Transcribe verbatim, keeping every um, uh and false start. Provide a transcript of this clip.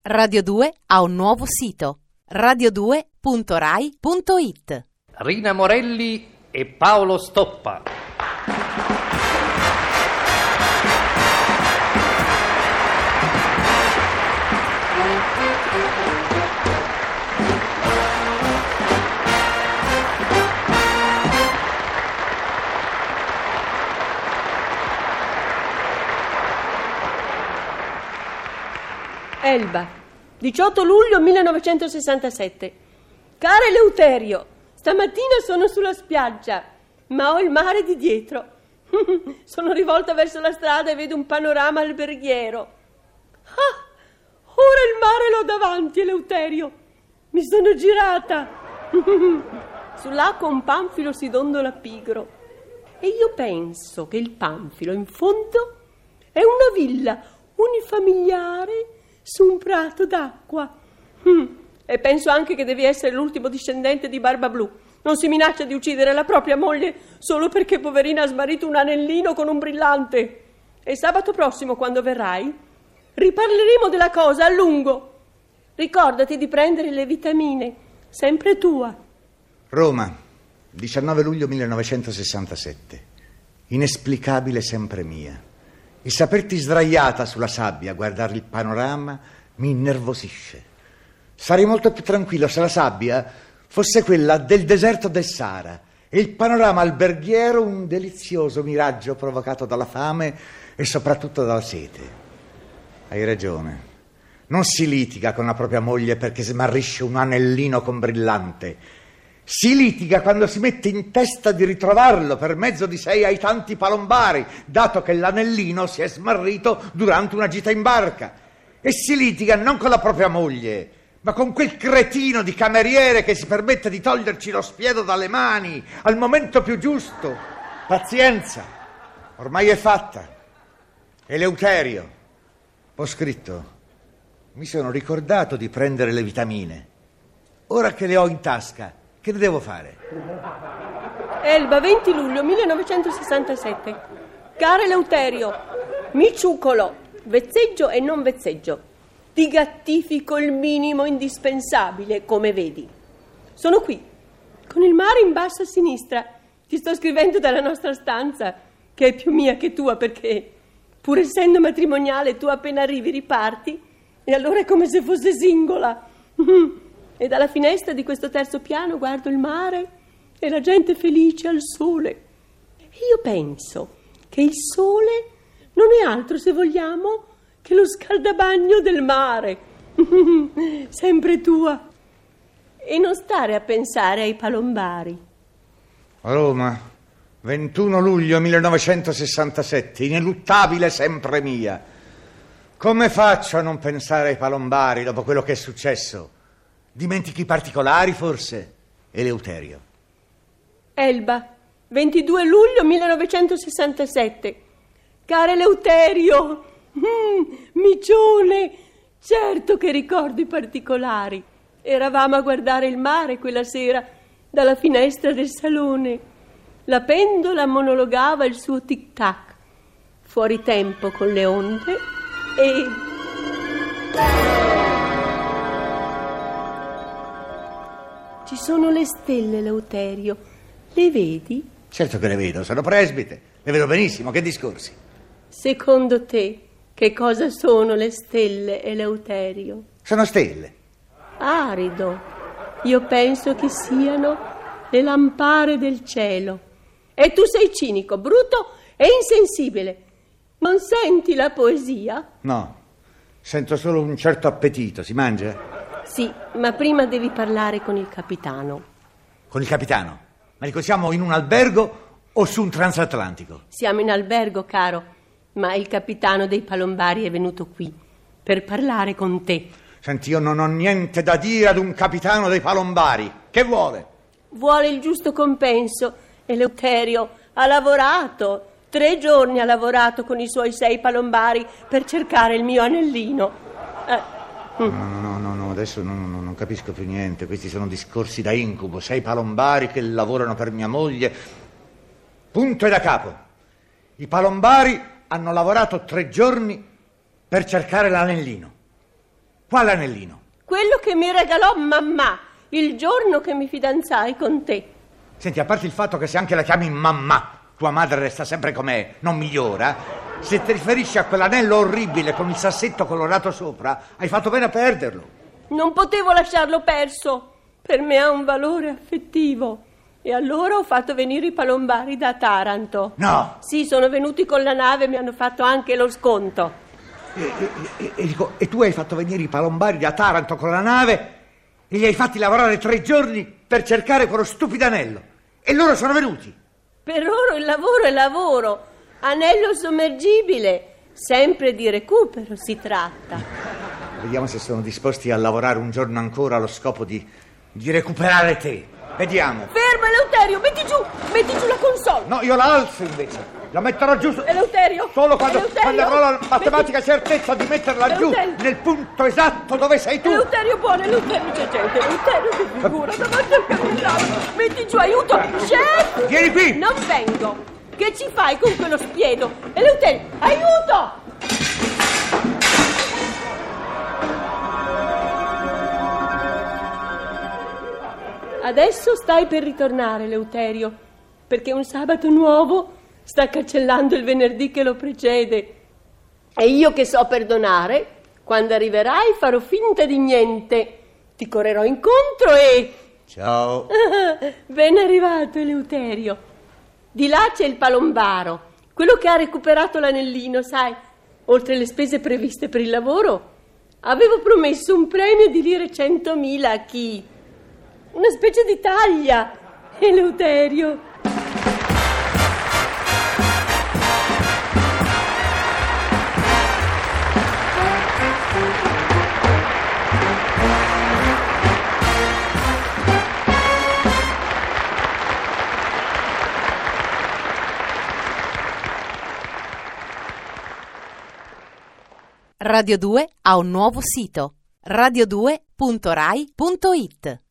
Radio due ha un nuovo sito, radio due punto rai punto it. Rina Morelli e Paolo Stoppa. Elba, diciotto luglio millenovecentosessantasette. Cara Eleuterio, stamattina sono sulla spiaggia, ma ho il mare di dietro. Sono rivolta verso la strada e vedo un panorama alberghiero. Ah, ora il mare l'ho davanti, Eleuterio. Mi sono girata. Sull'acqua un panfilo si dondola pigro. E io penso che il panfilo in fondo è una villa unifamiliare su un prato d'acqua. Mm. E penso anche che devi essere l'ultimo discendente di Barbablù. Non si minaccia di uccidere la propria moglie solo perché poverina ha smarrito un anellino con un brillante. E sabato prossimo, quando verrai, riparleremo della cosa a lungo. Ricordati di prendere le vitamine, sempre tua. Roma, diciannove luglio millenovecentosessantasette. Inesplicabile sempre mia. Il saperti sdraiata sulla sabbia a guardare il panorama mi innervosisce. Sarei molto più tranquillo se la sabbia fosse quella del deserto del Sahara e il panorama alberghiero un delizioso miraggio provocato dalla fame e soprattutto dalla sete. Hai ragione. Non si litiga con la propria moglie perché smarrisce un anellino con brillante. Si litiga quando si mette in testa di ritrovarlo per mezzo di sei ai tanti palombari, dato che l'anellino si è smarrito durante una gita in barca. E si litiga non con la propria moglie, ma con quel cretino di cameriere che si permette di toglierci lo spiedo dalle mani al momento più giusto. Pazienza, ormai è fatta. Eleuterio, ho scritto, mi sono ricordato di prendere le vitamine. Ora che le ho in tasca, che ne devo fare? Elba, venti luglio millenovecentosessantasette. Caro Eleuterio, mi ciucolo, vezzeggio e non vezzeggio. Ti gattifico il minimo indispensabile, come vedi. Sono qui, con il mare in basso a sinistra. Ti sto scrivendo dalla nostra stanza, che è più mia che tua, perché pur essendo matrimoniale tu appena arrivi riparti, e allora è come se fosse singola. E dalla finestra di questo terzo piano guardo il mare e la gente felice al sole. E io penso che il sole non è altro, se vogliamo, che lo scaldabagno del mare. Sempre tua. E non stare a pensare ai palombari. Roma, ventuno luglio millenovecentosessantasette, ineluttabile sempre mia. Come faccio a non pensare ai palombari dopo quello che è successo? Dimentichi i particolari, forse, Eleuterio? Elba, ventidue luglio millenovecentosessantasette. Caro Eleuterio, mm, micione, certo che ricordo i particolari. Eravamo a guardare il mare quella sera dalla finestra del salone. La pendola monologava il suo tic-tac, fuori tempo con le onde e... Ci sono le stelle, Eleuterio. Le vedi? Certo che le vedo, sono presbite. Le vedo benissimo, che discorsi. Secondo te, che cosa sono le stelle, Eleuterio? Sono stelle. Arido. Io penso che siano le lampare del cielo. E tu sei cinico, brutto e insensibile. Non senti la poesia? No, sento solo un certo appetito. Si mangia? Sì, ma prima devi parlare con il capitano. Con il capitano? Ma dico, siamo in un albergo o su un transatlantico? Siamo in albergo, caro, ma il capitano dei palombari è venuto qui per parlare con te. Senti, io non ho niente da dire ad un capitano dei palombari. Che vuole? Vuole il giusto compenso. Eleuterio ha lavorato, tre giorni ha lavorato con i suoi sei palombari per cercare il mio anellino. Eh. No, no, no, no, adesso non, non, non capisco più niente. Questi sono discorsi da incubo. Sei palombari che lavorano per mia moglie. Punto e da capo. I palombari hanno lavorato tre giorni per cercare l'anellino. Quale anellino? Quello che mi regalò mamma il giorno che mi fidanzai con te. Senti, a parte il fatto che se anche la chiami mamma, tua madre resta sempre com'è, non migliora. Se ti riferisci a quell'anello orribile con il sassetto colorato sopra, hai fatto bene a perderlo. Non potevo lasciarlo perso. Per me ha un valore affettivo. E allora ho fatto venire i palombari da Taranto. No! Sì, sono venuti con la nave e mi hanno fatto anche lo sconto. E, e, e, e, dico, e tu hai fatto venire i palombari da Taranto con la nave e li hai fatti lavorare tre giorni per cercare quello stupido anello. E loro sono venuti. Per loro il lavoro è lavoro. Anello sommergibile. Sempre di recupero si tratta. Vediamo se sono disposti a lavorare un giorno ancora allo scopo di, di recuperare te. Vediamo. Fermo, Eleuterio, metti giù, metti giù la console. No, io la alzo invece. La metterò giù. Eleuterio. Solo quando, Eleuterio, quando avrò la matematica metti... certezza di metterla Eleuterio. giù nel punto esatto dove sei tu. Eleuterio buono, Eleuterio c'è gente. Eleuterio che figura davanti al capitano. Metti giù, aiuto. Chef. Vieni qui. Non vengo. Che ci fai con quello spiedo? Eleuterio, aiuto. Adesso stai per ritornare, Eleuterio, perché un sabato nuovo sta cancellando il venerdì che lo precede. E io che so perdonare, quando arriverai farò finta di niente. Ti correrò incontro e... Ciao. Ben arrivato, Eleuterio. Di là c'è il palombaro, quello che ha recuperato l'anellino, sai. Oltre le spese previste per il lavoro, avevo promesso un premio di lire centomila a chi... Una specie di taglia, Eleuterio. Radio due ha un nuovo sito, radio due punto rai punto it.